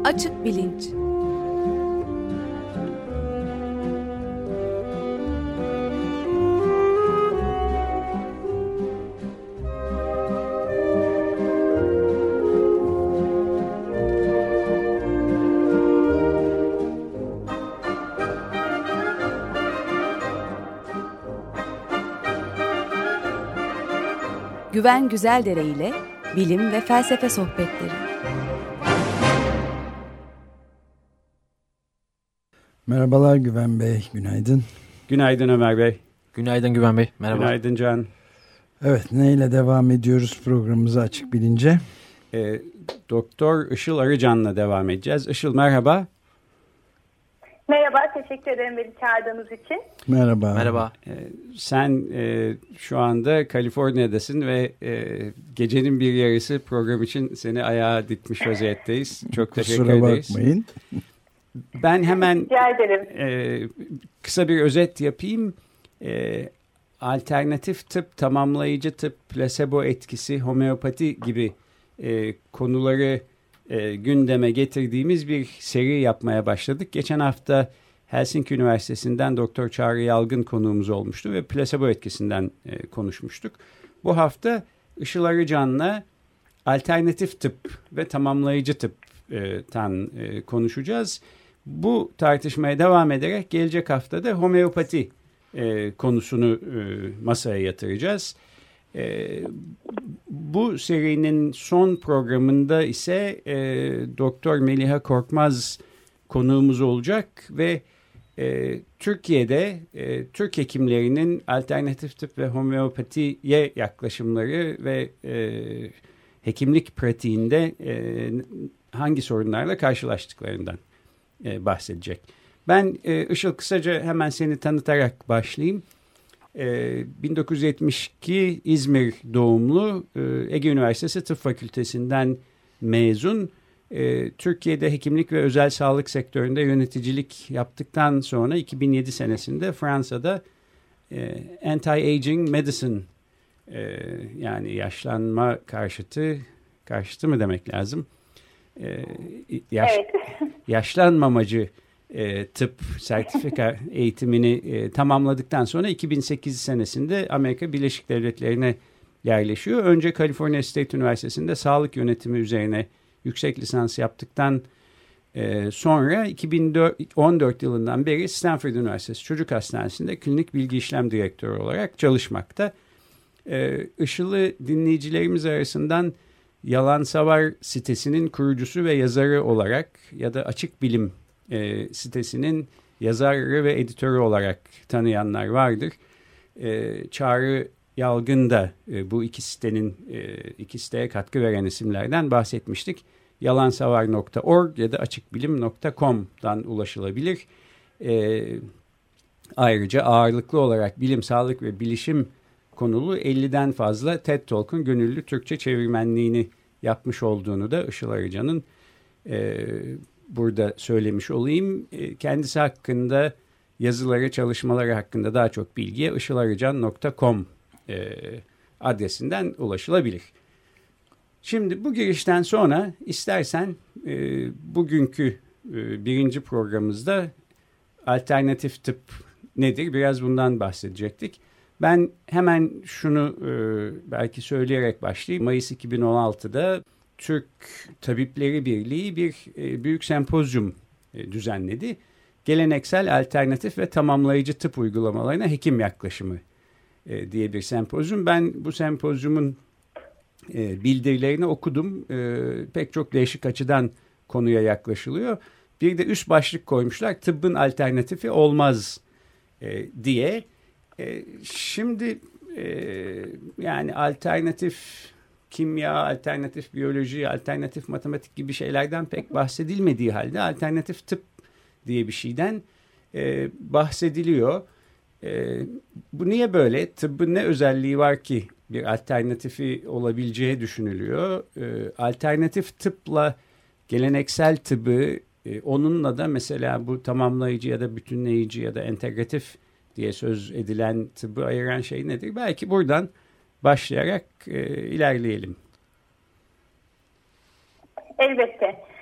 Açık bilinç. Güven Güzeldere ile bilim ve felsefe sohbetleri. Merhabalar Güven Bey, günaydın. Günaydın Ömer Bey. Günaydın Güven Bey, merhaba. Günaydın Can. Evet, neyle devam ediyoruz programımıza Açık Bilince? Doktor Işıl Arıcan'la devam edeceğiz. Işıl merhaba. Merhaba, teşekkür ederim beni çağırdığınız için. Merhaba. Merhaba. Sen şu anda Kaliforniya'dasın ve gecenin bir yarısı program için seni ayağa dikmiş vaziyetteyiz. Çok teşekkür ederiz. Kusura bakmayın. Ben hemen Rica ederim. Kısa bir özet yapayım. Alternatif tıp, tamamlayıcı tıp, plasebo etkisi, homeopati gibi konuları gündeme getirdiğimiz bir seri yapmaya başladık. Geçen hafta Helsinki Üniversitesi'nden Doktor Çağrı Yalgın konuğumuz olmuştu ve plasebo etkisinden konuşmuştuk. Bu hafta Işıl Arıcan'la alternatif tıp ve tamamlayıcı tıptan konuşacağız. Bu tartışmaya devam ederek gelecek haftada homeopati konusunu masaya yatıracağız. Bu serinin son programında ise Doktor Meliha Korkmaz konuğumuz olacak ve Türkiye'de Türk hekimlerinin alternatif tıp ve homeopatiye yaklaşımları ve hekimlik pratiğinde hangi sorunlarla karşılaştıklarından bahsedecek. Ben Işıl kısaca hemen seni tanıtarak başlayayım. 1972 İzmir doğumlu, Ege Üniversitesi Tıp Fakültesinden mezun. Türkiye'de hekimlik ve özel sağlık sektöründe yöneticilik yaptıktan sonra 2007 senesinde Fransa'da Anti-Aging Medicine, yani yaşlanma karşıtı mı demek lazım? Evet. Yaşlanmamacı tıp sertifika eğitimini tamamladıktan sonra 2008 senesinde Amerika Birleşik Devletleri'ne yerleşiyor. Önce California State Üniversitesi'nde sağlık yönetimi üzerine yüksek lisans yaptıktan sonra 2014 yılından beri Stanford Üniversitesi Çocuk Hastanesi'nde klinik bilgi işlem direktörü olarak çalışmakta. Işıl'ı dinleyicilerimiz arasından Yalansavar sitesinin kurucusu ve yazarı olarak ya da Açık Bilim sitesinin yazarı ve editörü olarak tanıyanlar vardır. Çağrı Yalgın da bu iki siteye katkı veren isimlerden bahsetmiştik. Yalansavar.org ya da açıkbilim.com'dan ulaşılabilir. Ayrıca ağırlıklı olarak bilim, sağlık ve bilişim konulu 50'den fazla TED Talk'un gönüllü Türkçe çevirmenliğini yapmış olduğunu da Işıl Arıcan'ın burada söylemiş olayım. Kendisi hakkında yazıları, çalışmaları hakkında daha çok bilgiye ishilarıcan.com adresinden ulaşılabilir. Şimdi bu girişten sonra istersen bugünkü birinci programımızda alternatif tıp nedir? Biraz bundan bahsedecektik. Ben hemen şunu belki söyleyerek başlayayım. Mayıs 2016'da Türk Tabipleri Birliği bir büyük sempozyum düzenledi. Geleneksel, alternatif ve tamamlayıcı tıp uygulamalarına hekim yaklaşımı diye bir sempozyum. Ben bu sempozyumun bildirilerini okudum. Pek çok değişik açıdan konuya yaklaşılıyor. Bir de üst başlık koymuşlar. Tıbbın alternatifi olmaz diye. Şimdi yani alternatif kimya, alternatif biyoloji, alternatif matematik gibi şeylerden pek bahsedilmediği halde alternatif tıp diye bir şeyden bahsediliyor. Bu niye böyle? Tıbbın ne özelliği var ki bir alternatifi olabileceği düşünülüyor. Alternatif tıpla geleneksel tıbbı, onunla da mesela bu tamamlayıcı ya da bütünleyici ya da entegratif diye söz edilen tıbbı ayıran şey nedir? Belki buradan başlayarak ilerleyelim. Elbette.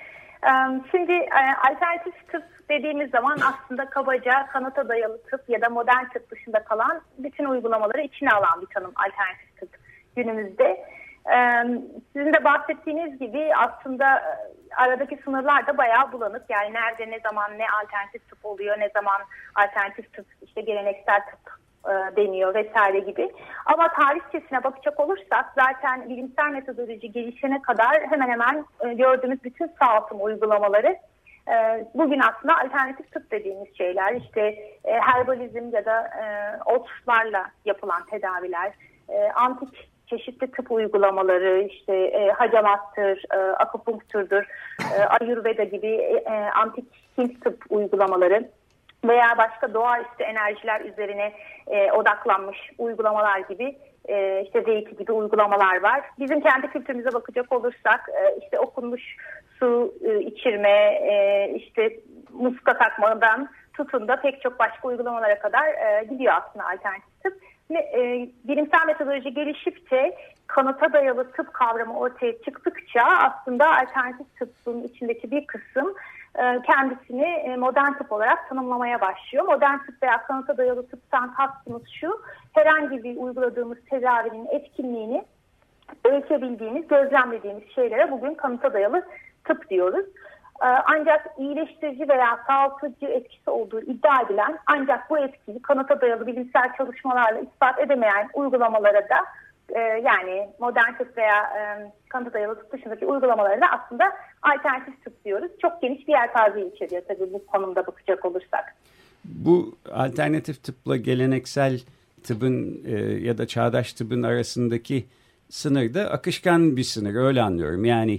Şimdi alternatif tıp dediğimiz zaman aslında kabaca kanıta dayalı tıp ya da modern tıp dışında kalan bütün uygulamaları içine alan bir tanım alternatif tıp günümüzde. Sizin de bahsettiğiniz gibi aslında aradaki sınırlar da bayağı bulanık. Yani nerede ne zaman ne alternatif tıp oluyor, ne zaman alternatif tıp işte geleneksel tıp deniyor vesaire gibi. Ama tarihçesine bakacak olursak zaten bilimsel metodoloji gelişene kadar hemen hemen gördüğümüz bütün sağaltım uygulamaları bugün aslında alternatif tıp dediğimiz şeyler. İşte herbalizm ya da otlarla yapılan tedaviler, antik çeşitli tıp uygulamaları, işte hacamattır, akupunkturdur, Ayurveda gibi antik Hint tıp uygulamaları veya başka doğaüstü enerjiler üzerine odaklanmış uygulamalar gibi, işte Reiki gibi uygulamalar var. Bizim kendi kültürümüze bakacak olursak işte okunmuş su içirme, işte muska takmadan tutun da pek çok başka uygulamalara kadar gidiyor aslında alternatif tıp. Bilimsel metodoloji geliştikçe, kanıta dayalı tıp kavramı ortaya çıktıkça aslında alternatif tıbbın içindeki bir kısım kendisini modern tıp olarak tanımlamaya başlıyor. Modern tıp veya kanıta dayalı tıptan kastımız şu: herhangi bir uyguladığımız tedavinin etkinliğini ölçebildiğimiz, gözlemlediğimiz şeylere bugün kanıta dayalı tıp diyoruz. Ancak iyileştirici veya sağaltıcı etkisi olduğu iddia edilen, ancak bu etkiyi kanıta dayalı bilimsel çalışmalarla ispat edemeyen uygulamalara da yani modern tıp veya kanıta dayalı tıp dışındaki uygulamalara da aslında alternatif tıp diyoruz. Çok geniş bir yelpazeyi içeriyor tabii bu konumda bakacak olursak. Bu alternatif tıpla geleneksel tıbbın ya da çağdaş tıbbın arasındaki sınır da akışkan bir sınır, öyle anlıyorum. Yani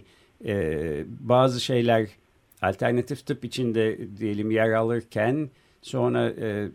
bazı şeyler alternatif tıp içinde diyelim yer alırken sonra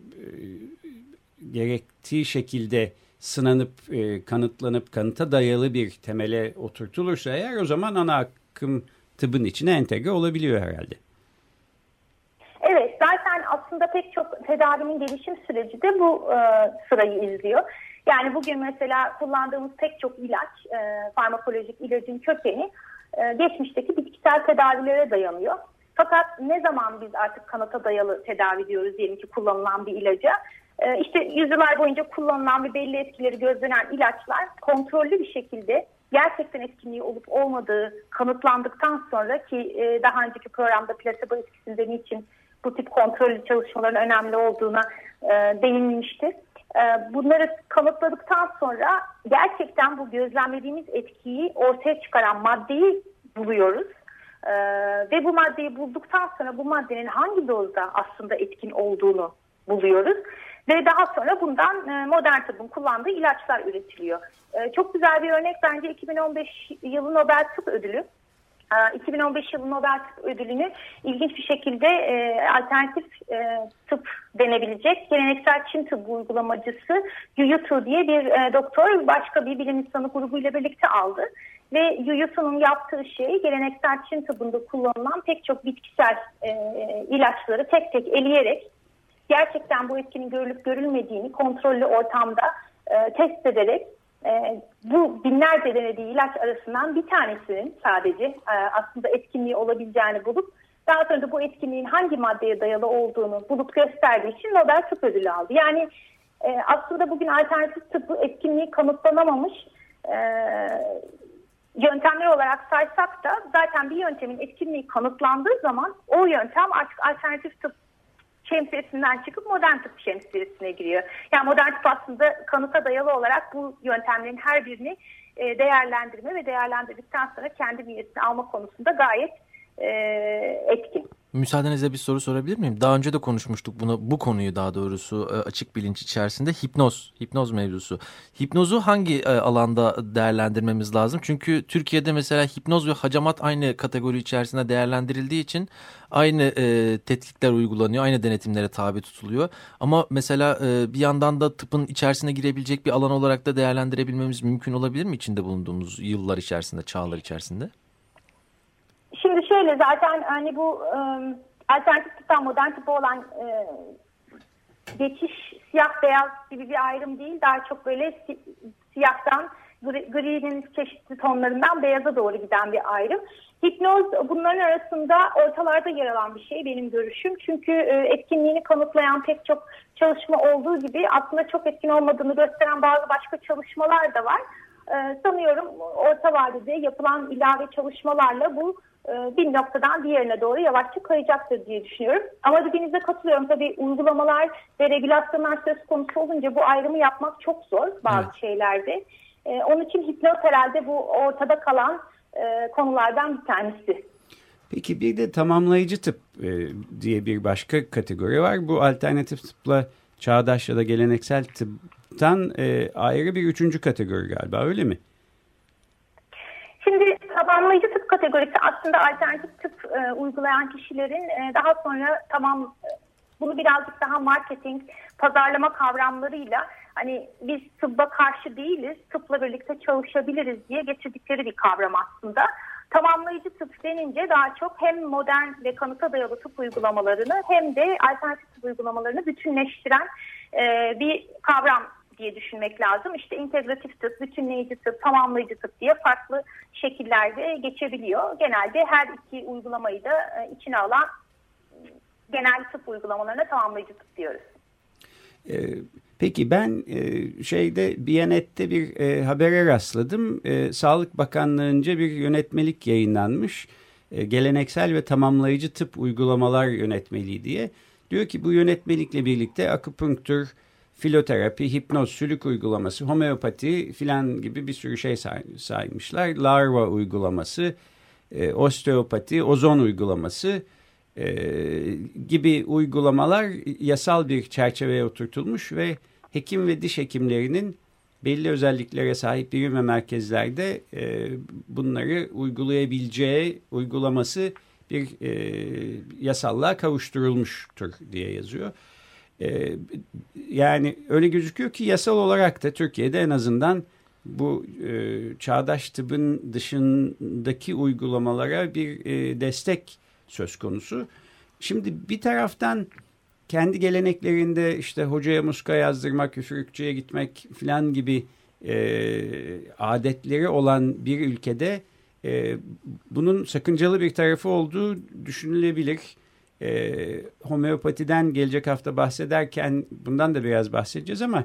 gerektiği şekilde sınanıp kanıtlanıp kanıta dayalı bir temele oturtulursa eğer, o zaman ana akım tıbbın içine entegre olabiliyor herhalde. Evet, zaten aslında pek çok tedavinin gelişim süreci de bu sırayı izliyor. Yani bugün mesela kullandığımız pek çok ilaç, farmakolojik ilacın kökeni geçmişteki bitkisel tedavilere dayanıyor. Fakat ne zaman biz artık kanıta dayalı tedavi diyoruz diyelim ki kullanılan bir ilaca? İşte yüzyıllar boyunca kullanılan ve belli etkileri gözlenen ilaçlar kontrollü bir şekilde gerçekten etkinliği olup olmadığı kanıtlandıktan sonra, ki daha önceki programda plasebo etkisinde niçin bu tip kontrollü çalışmaların önemli olduğuna değinilmişti. Bunları kanıtladıktan sonra gerçekten bu gözlemlediğimiz etkiyi ortaya çıkaran maddeyi buluyoruz. Ve bu maddeyi bulduktan sonra bu maddenin hangi dozda aslında etkin olduğunu buluyoruz. Ve daha sonra bundan modern tıbbın kullandığı ilaçlar üretiliyor. Çok güzel bir örnek bence 2015 yılı Nobel Tıp Ödülü. 2015 yılı Nobel Tıp Ödülünü ilginç bir şekilde alternatif tıp denebilecek geleneksel Çin tıbbı uygulamacısı Yu Tu diye bir doktor başka bir bilim insanı grubuyla birlikte aldı. Ve Yu Tu'nun yaptığı şey, geleneksel Çin tıbbında kullanılan pek çok bitkisel ilaçları tek tek eleyerek gerçekten bu etkinin görülüp görülmediğini kontrollü ortamda test ederek bu binlerce denediği ilaç arasından bir tanesinin sadece aslında etkinliği olabileceğini bulup daha sonra da bu etkinliğin hangi maddeye dayalı olduğunu bulup gösterdiği için Nobel Tıp Ödülü aldı. Yani aslında bugün alternatif tıbbı etkinliği kanıtlanamamış yöntemler olarak saysak da zaten bir yöntemin etkinliği kanıtlandığı zaman o yöntem artık alternatif tıp şemsiyesinden çıkıp modern tıp şemsiyesine giriyor. Yani modern tıp aslında kanıta dayalı olarak bu yöntemlerin her birini değerlendirme ve değerlendirdikten sonra kendi bünyesine alma konusunda gayet etkin. Müsaadenizle bir soru sorabilir miyim? Daha önce de konuşmuştuk bu konuyu, daha doğrusu açık bilinç içerisinde hipnoz mevzusu. Hipnozu hangi alanda değerlendirmemiz lazım? Çünkü Türkiye'de mesela hipnoz ve hacamat aynı kategori içerisinde değerlendirildiği için aynı tetkikler uygulanıyor, aynı denetimlere tabi tutuluyor. Ama mesela bir yandan da tıpın içerisine girebilecek bir alan olarak da değerlendirebilmemiz mümkün olabilir mi içinde bulunduğumuz yıllar içerisinde, çağlar içerisinde? Şimdi şöyle, zaten hani bu alternatif tıptan modern tıpa olan geçiş siyah beyaz gibi bir ayrım değil. Daha çok böyle siyahtan Gri'nin çeşitli tonlarından beyaza doğru giden bir ayrım. Hipnoz bunların arasında ortalarda yer alan bir şey benim görüşüm. Çünkü etkinliğini kanıtlayan pek çok çalışma olduğu gibi aslında çok etkin olmadığını gösteren bazı başka çalışmalar da var. Sanıyorum orta vadede yapılan ilave çalışmalarla bu bir noktadan diğerine doğru yavaşça kayacaktır diye düşünüyorum. Ama dediğinize katılıyorum. Tabii uygulamalar ve regülasyonlar söz konusu olunca bu ayrımı yapmak çok zor bazı şeylerde. Onun için hipnoz herhalde bu ortada kalan konulardan bir tanesi. Peki bir de tamamlayıcı tıp diye bir başka kategori var. Bu alternatif tıpla çağdaş ya da geleneksel tıptan ayrı bir üçüncü kategori galiba, öyle mi? Şimdi tamamlayıcı tıp kategorisi aslında alternatif tıp uygulayan kişilerin daha sonra bunu birazcık daha marketing, pazarlama kavramlarıyla hani biz tıbba karşı değiliz, tıpla birlikte çalışabiliriz diye getirdikleri bir kavram aslında. Tamamlayıcı tıp denince daha çok hem modern ve kanıta dayalı tıp uygulamalarını hem de alternatif tıp uygulamalarını bütünleştiren bir kavram diye düşünmek lazım. İşte integratif tıp, bütünleyici tıp, tamamlayıcı tıp diye farklı şekillerde geçebiliyor. Genelde her iki uygulamayı da içine alan genel tıp uygulamalarına tamamlayıcı tıp diyoruz. Peki ben Biyanet'te bir habere rastladım. Sağlık Bakanlığı'nca bir yönetmelik yayınlanmış. Geleneksel ve tamamlayıcı tıp uygulamalar yönetmeliği diye. Diyor ki bu yönetmelikle birlikte akupunktür, filoterapi, hipnoz, sülük uygulaması, homeopati filan gibi bir sürü şey saymışlar. Larva uygulaması, osteopati, ozon uygulaması gibi uygulamalar yasal bir çerçeveye oturtulmuş ve hekim ve diş hekimlerinin belli özelliklere sahip birim ve merkezlerde bunları uygulayabileceği uygulaması bir yasallığa kavuşturulmuştur diye yazıyor. Yani öyle gözüküyor ki yasal olarak da Türkiye'de en azından bu çağdaş tıbbın dışındaki uygulamalara bir destek söz konusu. Şimdi bir taraftan kendi geleneklerinde işte hocaya muska yazdırmak, üfürükçüye gitmek falan gibi adetleri olan bir ülkede bunun sakıncalı bir tarafı olduğu düşünülebilir. Homeopatiden gelecek hafta bahsederken bundan da biraz bahsedeceğiz ama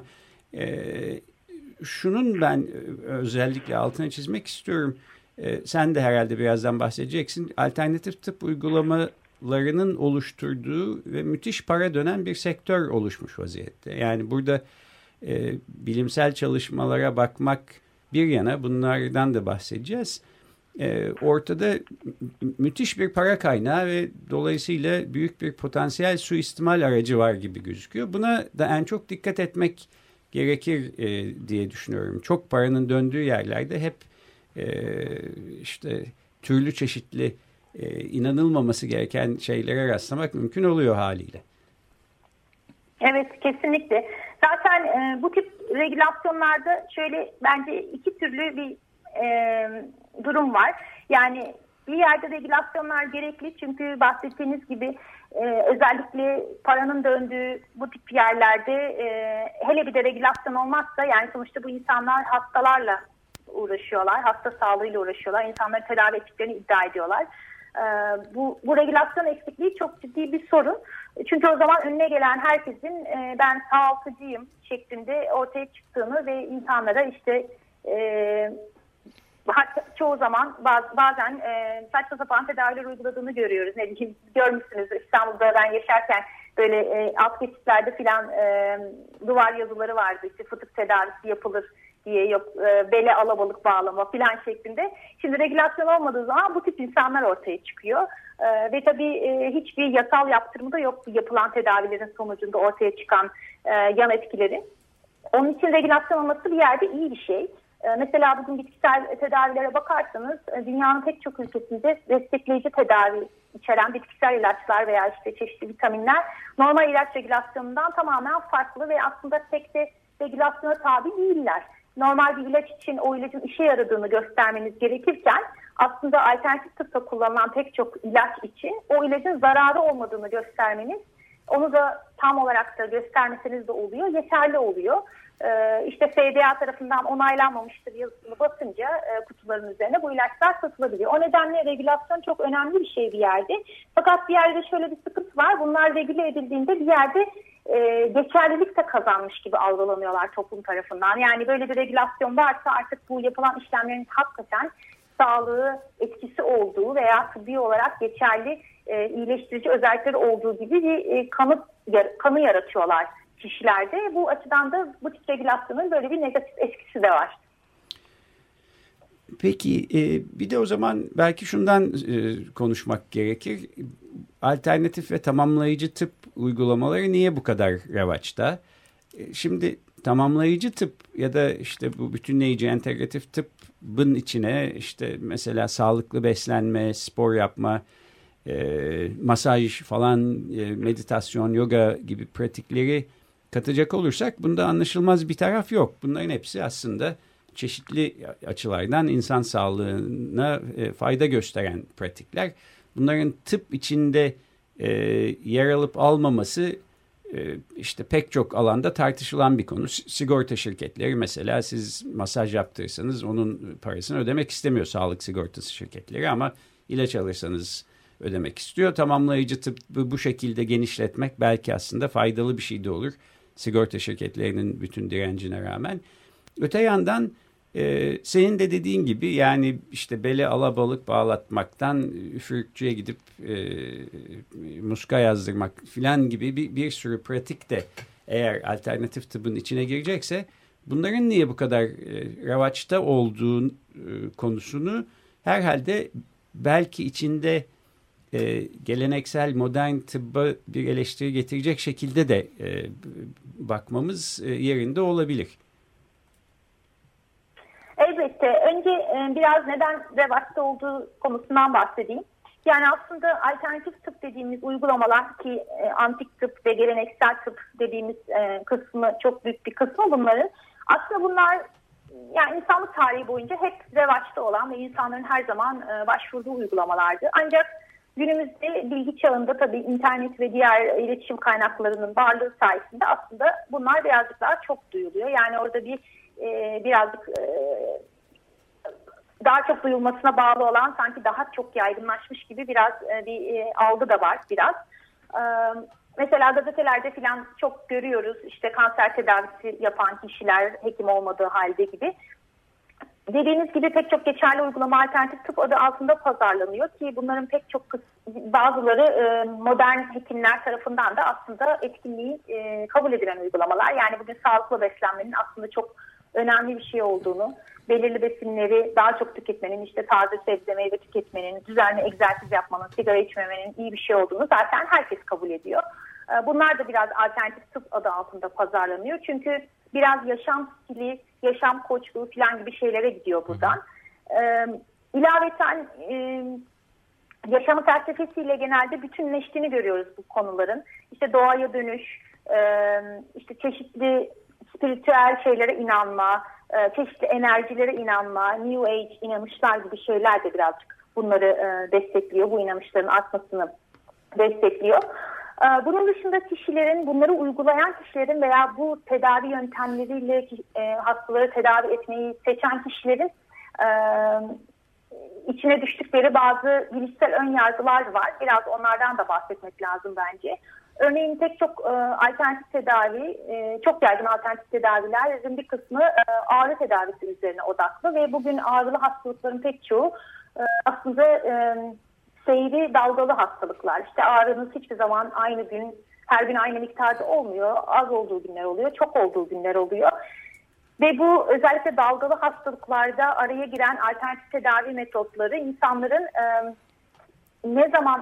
şunun ben özellikle altına çizmek istiyorum. Sen de herhalde birazdan bahsedeceksin. Alternatif tıp uygulamalarının oluşturduğu ve müthiş para dönen bir sektör oluşmuş vaziyette. Yani burada bilimsel çalışmalara bakmak bir yana, bunlardan da bahsedeceğiz. Ortada müthiş bir para kaynağı ve dolayısıyla büyük bir potansiyel suistimal aracı var gibi gözüküyor. Buna da en çok dikkat etmek gerekir diye düşünüyorum. Çok paranın döndüğü yerlerde hep işte türlü çeşitli inanılmaması gereken şeylere rastlamak mümkün oluyor haliyle. Evet, kesinlikle. Zaten bu tip regülasyonlarda şöyle bence iki türlü bir durum var. Yani bir yerde regülasyonlar gerekli çünkü bahsettiğiniz gibi özellikle paranın döndüğü bu tip yerlerde hele bir de regülasyon olmazsa yani sonuçta bu insanlar hastalarla uğraşıyorlar, hasta sağlığıyla uğraşıyorlar, insanları tedavi ettiklerini iddia ediyorlar. Bu regülasyon eksikliği çok ciddi bir sorun. Çünkü o zaman önüne gelen herkesin ben sağlıkçıyım şeklinde ortaya çıktığını ve insanlara işte hatta çoğu zaman bazen saçma sapan tedaviler uyguladığını görüyoruz. Ne bileyim, görmüşsünüz İstanbul'da ben yaşarken böyle alt geçitlerde filan duvar yazıları vardı. İşte fıtık tedavisi yapılır diye, yok bele alabalık bağlama filan şeklinde. Şimdi regülasyon olmadığı zaman bu tip insanlar ortaya çıkıyor. Ve tabii hiçbir yasal yaptırımı da yok yapılan tedavilerin sonucunda ortaya çıkan yan etkileri. Onun için regülasyon olması bir yerde iyi bir şey. Mesela bugün bitkisel tedavilere bakarsanız dünyanın pek çok ülkesinde destekleyici tedavi içeren bitkisel ilaçlar veya işte çeşitli vitaminler normal ilaç regülasyonundan tamamen farklı ve aslında pek de regülasyona tabi değiller. Normal bir ilaç için o ilacın işe yaradığını göstermeniz gerekirken aslında alternatif tıpta kullanılan pek çok ilaç için o ilacın zararı olmadığını göstermeniz Onu da tam olarak da göstermeseniz de oluyor, yeterli oluyor. İşte FDA tarafından onaylanmamıştır yazısını basınca kutuların üzerine bu ilaçlar satılabiliyor. O nedenle regülasyon çok önemli bir şey bir yerde. Fakat bir yerde şöyle bir sıkıntı var. Bunlar regüle edildiğinde bir yerde geçerlilik de kazanmış gibi algılanıyorlar toplum tarafından. Yani böyle bir regülasyon varsa artık bu yapılan işlemlerin hakikaten sağlığı etkisi olduğu veya tıbbi olarak geçerli iyileştirici özellikleri olduğu gibi bir kanı yaratıyorlar kişilerde. Bu açıdan da bu tip regülasyonun böyle bir negatif etkisi de var. Peki bir de o zaman belki şundan konuşmak gerekir. Alternatif ve tamamlayıcı tıp uygulamaları niye bu kadar revaçta? Şimdi tamamlayıcı tıp ya da işte bu bütünleyici entegratif tıbbın içine işte mesela sağlıklı beslenme, spor yapma, masaj falan, meditasyon, yoga gibi pratikleri katacak olursak bunda anlaşılmaz bir taraf yok. Bunların hepsi aslında çeşitli açılardan insan sağlığına fayda gösteren pratikler. Bunların tıp içinde yer alıp almaması işte pek çok alanda tartışılan bir konu. Sigorta şirketleri mesela siz masaj yaptırırsanız onun parasını ödemek istemiyor sağlık sigortası şirketleri ama ilaç alırsanız ödemek istiyor. Tamamlayıcı tıbbı bu şekilde genişletmek belki aslında faydalı bir şey de olur. Sigorta şirketlerinin bütün direncine rağmen. Öte yandan senin de dediğin gibi yani işte bele alabalık bağlatmaktan üfürükçüye gidip muska yazdırmak filan gibi bir sürü pratik de eğer alternatif tıbbın içine girecekse bunların niye bu kadar revaçta olduğu konusunu herhalde belki içinde geleneksel modern tıbba bir eleştiri getirecek şekilde de bakmamız yerinde olabilir. Elbette. Önce biraz neden revaçta olduğu konusundan bahsedeyim. Yani aslında alternatif tıp dediğimiz uygulamalar ki antik tıp ve geleneksel tıp dediğimiz kısmı çok büyük bir kısmı bunların. Aslında bunlar yani insanlık tarihi boyunca hep revaçta olan ve insanların her zaman başvurduğu uygulamalardı. Ancak günümüzde bilgi çağında tabii internet ve diğer iletişim kaynaklarının varlığı sayesinde aslında bunlar birazcık daha çok duyuluyor. Yani orada birazcık daha çok duyulmasına bağlı olan sanki daha çok yaygınlaşmış gibi biraz bir algı da var biraz. Mesela gazetelerde falan çok görüyoruz işte kanser tedavisi yapan kişiler hekim olmadığı halde gibi. Dediğiniz gibi pek çok geçerli uygulama alternatif tıp adı altında pazarlanıyor ki bunların pek çok bazıları modern hekimler tarafından da aslında etkinliği kabul edilen uygulamalar. Yani bugün sağlıklı beslenmenin aslında çok önemli bir şey olduğunu, belirli besinleri daha çok tüketmenin, işte taze sebze meyve tüketmenin, düzenli egzersiz yapmanın, sigara içmemenin iyi bir şey olduğunu zaten herkes kabul ediyor. Bunlar da biraz alternatif tıp adı altında pazarlanıyor. Çünkü biraz yaşam stili, yaşam koçluğu falan gibi şeylere gidiyor buradan. İlaveten yaşamı felsefesiyle genelde bütünleştiğini görüyoruz bu konuların. İşte doğaya dönüş, işte çeşitli spiritüel şeylere inanma, çeşitli enerjilere inanma, New Age inanışlar gibi şeyler de birazcık bunları destekliyor. Bu inanışların artmasını destekliyor. Bunun dışında kişilerin, bunları uygulayan kişilerin veya bu tedavi yöntemleriyle hastaları tedavi etmeyi seçen kişilerin içine düştükleri bazı bilişsel önyargılar var. Biraz onlardan da bahsetmek lazım bence. Örneğin pek çok alternatif tedavi, çok yaygın alternatif tedavilerin bir kısmı ağrı tedavisi üzerine odaklı ve bugün ağrılı hastalıkların pek çoğu aslında seyri dalgalı hastalıklar. İşte ağrınız hiçbir zaman aynı gün, her gün aynı miktarda olmuyor. Az olduğu günler oluyor, çok olduğu günler oluyor. Ve bu özellikle dalgalı hastalıklarda araya giren alternatif tedavi metotları insanların ne zaman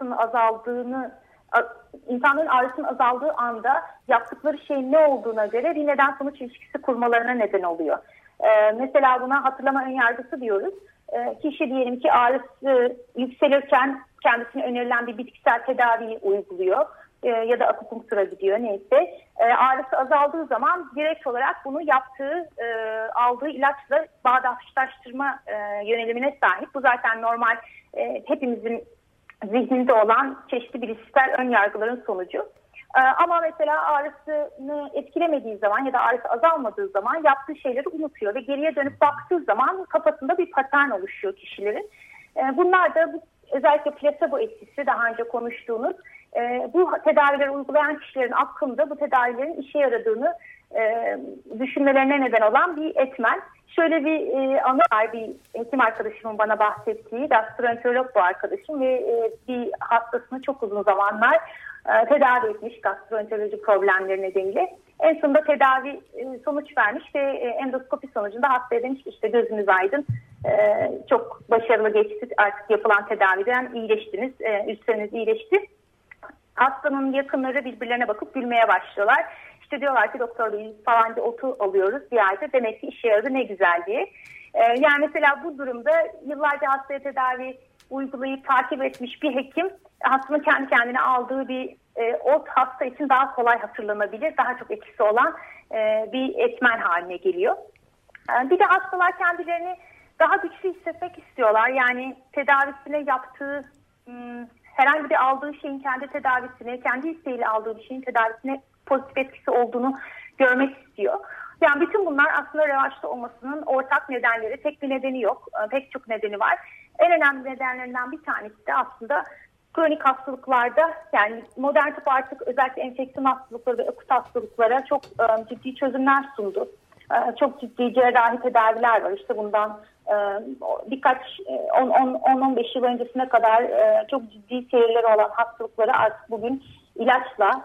insanların ağrısının azaldığı anda yaptıkları şeyin ne olduğuna göre bir neden sonuç ilişkisi kurmalarına neden oluyor. Mesela buna hatırlama önyargısı diyoruz. Kişi diyelim ki ağrısı yükselirken kendisine önerilen bir bitkisel tedaviyi uyguluyor ya da akupunktura gidiyor neyse. Ağrısı azaldığı zaman direkt olarak bunu aldığı ilaçla bağdaşlaştırma yönelimine sahip. Bu zaten normal hepimizin zihninde olan çeşitli bilişsel önyargıların sonucu. Ama mesela ağrısını etkilemediği zaman ya da ağrısı azalmadığı zaman yaptığı şeyleri unutuyor ve geriye dönüp baktığı zaman kafasında bir patern oluşuyor kişilerin. Bunlar da özellikle plasebo etkisi, daha önce konuştuğunuz, bu tedavileri uygulayan kişilerin aklında bu tedavilerin işe yaradığını düşünmelerine neden olan bir etmen. Şöyle bir anı var, bir hekim arkadaşımın bana bahsettiği, gastroenterolog bu arkadaşım ve bir hastasını çok uzun zamanlar tedavi etmiş gastroenteroloji problemleri nedeniyle. En sonunda tedavi sonuç vermiş ve endoskopi sonucunda hastaya demiş ki işte gözünüz aydın, çok başarılı geçti artık yapılan tedaviden, iyileştiniz, üstleriniz iyileşti. Hastanın yakınları birbirlerine bakıp gülmeye başlıyorlar. İşte diyorlar ki doktor bey falanca otu alıyoruz bir ayda, demek ki işe yaradı ne güzel diye. Yani mesela bu durumda yıllarca hastaya tedavi uygulayıp takip etmiş bir hekim hastanın kendi kendine aldığı bir ot hasta için daha kolay hatırlanabilir, daha çok etkisi olan bir etmen haline geliyor. Bir de hastalar kendilerini daha güçlü hissetmek istiyorlar. Yani tedavisine yaptığı herhangi bir aldığı şeyin kendi tedavisine, kendi isteğiyle aldığı bir şeyin tedavisine pozitif etkisi olduğunu görmek istiyor. Yani bütün bunlar aslında revaçta olmasının ortak nedenleri, tek bir nedeni yok. Pek çok nedeni var. En önemli nedenlerinden bir tanesi de aslında kronik hastalıklarda, yani modern tıp artık özellikle enfeksiyon hastalıkları ve akut hastalıklara çok ciddi çözümler sundu. Çok ciddi cerrahi tedaviler var. İşte bundan birkaç 10-15 yıl öncesine kadar çok ciddi seyirleri olan hastalıkları artık bugün ilaçla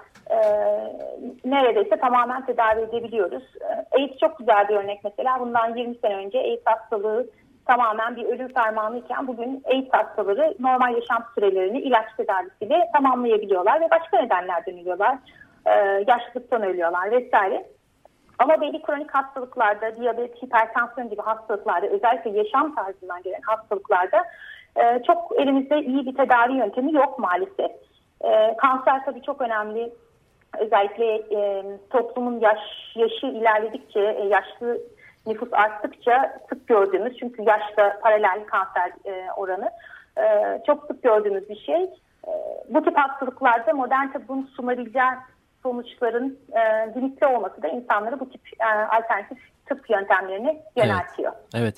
neredeyse tamamen tedavi edebiliyoruz. AIDS çok güzel bir örnek mesela. Bundan 20 sene önce AIDS hastalığı tamamen bir ölüm fermanı iken bugün AIDS hastaları normal yaşam sürelerini ilaç tedavisiyle tamamlayabiliyorlar ve başka nedenlerden ölüyorlar. Yaşlılıktan ölüyorlar vesaire. Ama belli kronik hastalıklarda, diyabet, hipertansiyon gibi hastalıklarda, özellikle yaşam tarzından gelen hastalıklarda çok elimizde iyi bir tedavi yöntemi yok maalesef. Kanser tabii çok önemli. Özellikle toplumun yaşı ilerledikçe, yaşlı nüfus arttıkça sık gördüğümüz, çünkü yaşta paralel kanser oranı çok sık gördüğümüz bir şey. Bu tip hastalıklarda modern tıbbın sunabileceği sonuçların limitli olması da insanları bu tip alternatif tıp yöntemlerini yöneltiyor. Evet.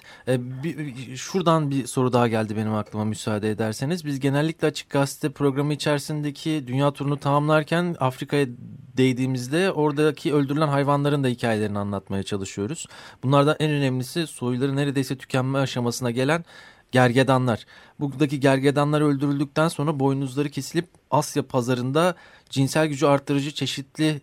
Şuradan bir soru daha geldi benim aklıma, müsaade ederseniz. Biz genellikle Açık Gazete programı içerisindeki dünya turunu tamamlarken Afrika'ya değdiğimizde oradaki öldürülen hayvanların da hikayelerini anlatmaya çalışıyoruz. Bunlardan en önemlisi soyları neredeyse tükenme aşamasına gelen gergedanlar. Buradaki gergedanlar öldürüldükten sonra boynuzları kesilip Asya pazarında cinsel gücü artırıcı çeşitli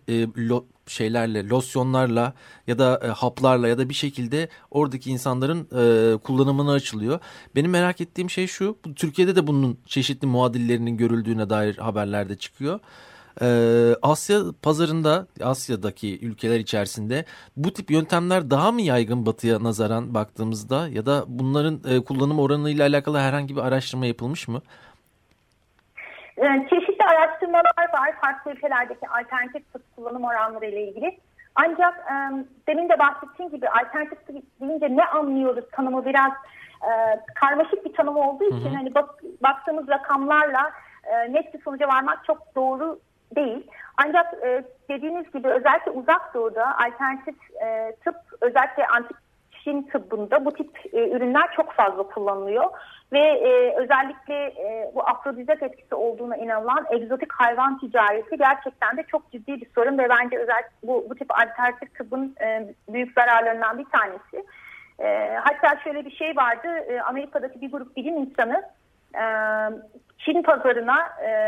losyonlarla ya da haplarla ya da bir şekilde oradaki insanların kullanımına açılıyor. Benim merak ettiğim şey şu, Türkiye'de de bunun çeşitli muadillerinin görüldüğüne dair haberlerde çıkıyor. Asya pazarında, Asya'daki ülkeler içerisinde bu tip yöntemler daha mı yaygın batıya nazaran baktığımızda, ya da bunların kullanım oranıyla alakalı herhangi bir araştırma yapılmış mı? Çeşitli araştırmalar var farklı ülkelerdeki alternatif tıp kullanım oranları ile ilgili. Ancak demin de bahsettiğim gibi alternatif tıp deyince ne anlıyoruz tanımı biraz karmaşık bir tanım olduğu için hani baktığımız rakamlarla net bir sonuca varmak çok doğru değil. Ancak dediğiniz gibi özellikle Uzak Doğu'da alternatif tıp, özellikle antik Çin tıbbında bu tip ürünler çok fazla kullanılıyor. Ve özellikle bu afrodizyak etkisi olduğuna inanılan egzotik hayvan ticareti gerçekten de çok ciddi bir sorun ve bence özellikle bu tip alternatif tıbbın büyük zararlarından bir tanesi. Hatta şöyle bir şey vardı, Amerika'daki bir grup bilim insanı Çin pazarına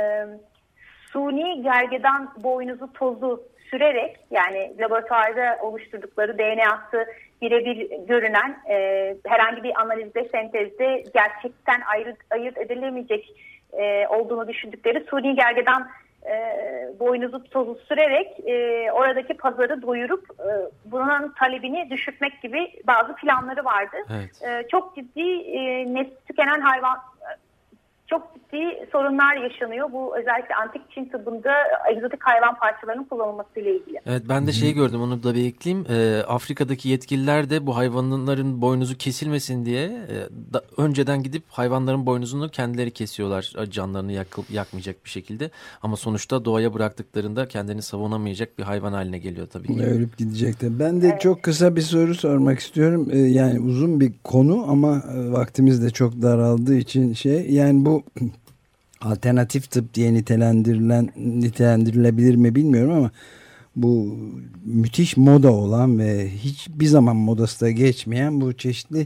suni gergedan boynuzu tozu sürerek, yani laboratuvarda oluşturdukları DNA'sı birebir görünen herhangi bir analizde, sentezde gerçekten ayırt edilemeyecek olduğunu düşündükleri suni gergedan boynuzu tozu sürerek oradaki pazarı doyurup bunun talebini düşürtmek gibi bazı planları vardı. Evet. Çok ciddi nesli tükenen hayvan, çok ciddi sorunlar yaşanıyor. Bu özellikle antik Çin tıbbında egzotik hayvan parçalarının kullanılmasıyla ilgili. Evet, ben de şeyi gördüm, onu da bir ekleyeyim. Afrika'daki yetkililer de bu hayvanların boynuzu kesilmesin diye önceden gidip hayvanların boynuzunu kendileri kesiyorlar, canlarını yakmayacak bir şekilde. Ama sonuçta doğaya bıraktıklarında kendini savunamayacak bir hayvan haline geliyor tabii ki. Ölüp gidecektir. Ben de çok kısa bir soru sormak istiyorum. Yani uzun bir konu ama vaktimiz de çok daraldığı için yani bu alternatif tıp diye nitelendirilebilir mi bilmiyorum ama bu müthiş moda olan ve hiçbir zaman modası da geçmeyen bu çeşitli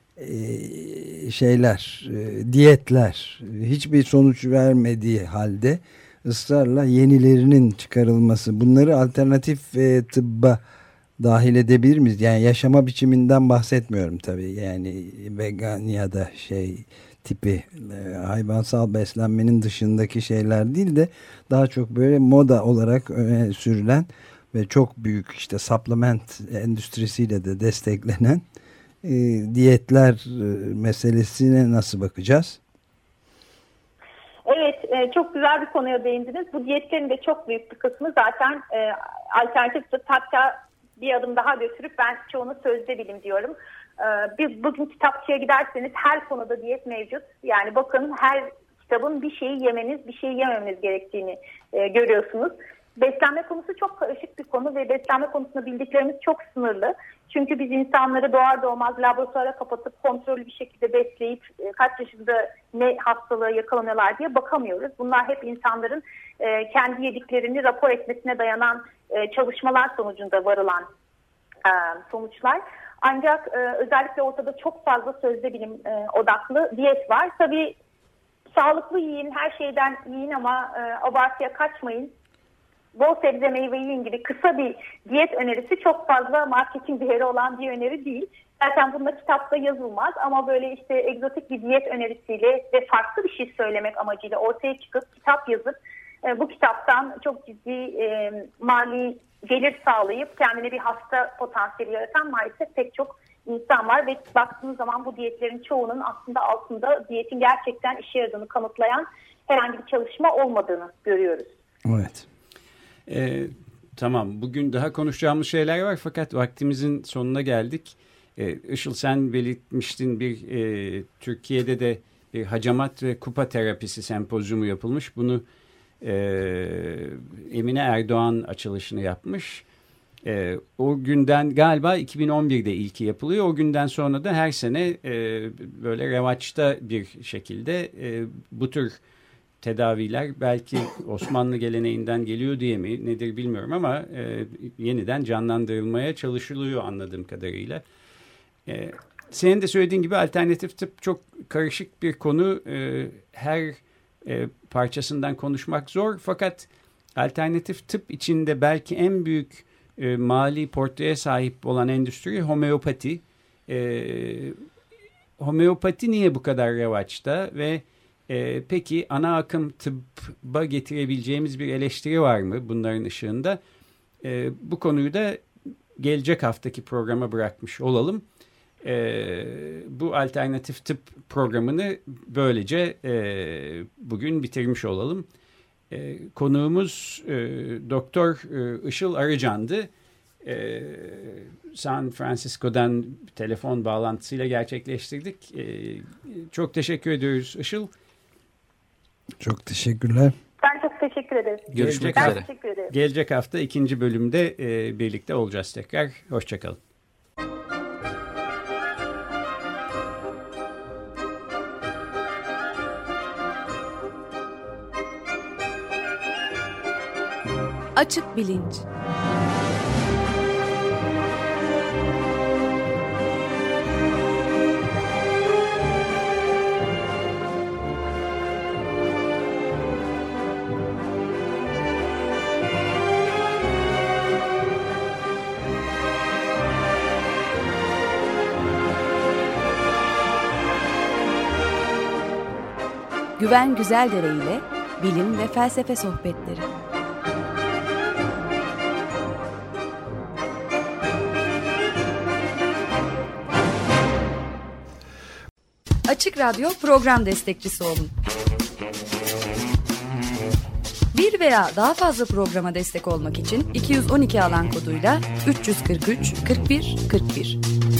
diyetler hiçbir sonuç vermediği halde ısrarla yenilerinin çıkarılması, bunları alternatif tıbba dahil edebilir miyiz? Yani yaşama biçiminden bahsetmiyorum tabii. Yani vegan ya da tipi hayvansal beslenmenin dışındaki şeyler değil de daha çok böyle moda olarak öne sürülen ve çok büyük supplement endüstrisiyle de desteklenen diyetler meselesine nasıl bakacağız? Evet, çok güzel bir konuya değindiniz. Bu diyetlerin de çok büyük bir kısmı zaten alternatif tıp, hatta bir adım daha götürüp ben çoğunu sözde bilim diyorum. Bugün kitapçıya giderseniz her konuda diyet mevcut. Yani bakın, her kitabın bir şeyi yemeniz, bir şeyi yememeniz gerektiğini görüyorsunuz. Beslenme konusu çok karışık bir konu ve beslenme konusunda bildiklerimiz çok sınırlı. Çünkü biz insanları doğar doğmaz laboratuvara kapatıp kontrollü bir şekilde besleyip kaç yaşında ne hastalığa yakalanıyorlar diye bakamıyoruz. Bunlar hep insanların kendi yediklerini rapor etmesine dayanan çalışmalar sonucunda varılan sonuçlar. Ancak özellikle ortada çok fazla sözde bilim odaklı diyet var. Tabii sağlıklı yiyin, her şeyden yiyin ama abartıya kaçmayın. Bol sebze meyve yiyin gibi kısa bir diyet önerisi çok fazla marketing değeri olan bir öneri değil. Zaten bunda kitapta yazılmaz ama böyle egzotik bir diyet önerisiyle ve farklı bir şey söylemek amacıyla ortaya çıkıp kitap yazıp bu kitaptan çok ciddi mali gelir sağlayıp kendine bir hasta potansiyeli yaratan maalesef pek çok insan var ve baktığınız zaman bu diyetlerin çoğunun aslında altında diyetin gerçekten işe yaradığını kanıtlayan herhangi bir çalışma olmadığını görüyoruz. Evet. Tamam, bugün daha konuşacağımız şeyler var fakat vaktimizin sonuna geldik. Işıl, sen belirtmiştin, Türkiye'de de bir hacamat ve kupa terapisi sempozyumu yapılmış. Bunu Emine Erdoğan açılışını yapmış. O günden galiba 2011'de ilki yapılıyor. O günden sonra da her sene böyle revaçta bir şekilde bu tür tedaviler belki Osmanlı geleneğinden geliyor diye mi nedir bilmiyorum ama yeniden canlandırılmaya çalışılıyor anladığım kadarıyla. Senin de söylediğin gibi alternatif tıp çok karışık bir konu. Her parçasından konuşmak zor fakat alternatif tıp içinde belki en büyük mali portföye sahip olan endüstri homeopati. Homeopati niye bu kadar revaçta ve peki ana akım tıbba getirebileceğimiz bir eleştiri var mı bunların ışığında? Bu konuyu da gelecek haftaki programa bırakmış olalım. Bu alternatif tıp programını böylece bugün bitirmiş olalım. Konuğumuz Doktor Işıl Arıcan'dı. San Francisco'dan telefon bağlantısıyla gerçekleştirdik. Çok teşekkür ediyoruz Işıl. Çok teşekkürler. Ben çok teşekkür ederim. Görüşmek üzere. Teşekkür ederim. Gelecek hafta 2. bölümde birlikte olacağız tekrar. Hoşçakalın. Açık Bilinç. Güven Güzeldere ile bilim ve felsefe sohbetleri. Açık Açık Radyo program destekçisi olun. Bir veya daha fazla programa destek olmak için 212 alan koduyla 343 41 41.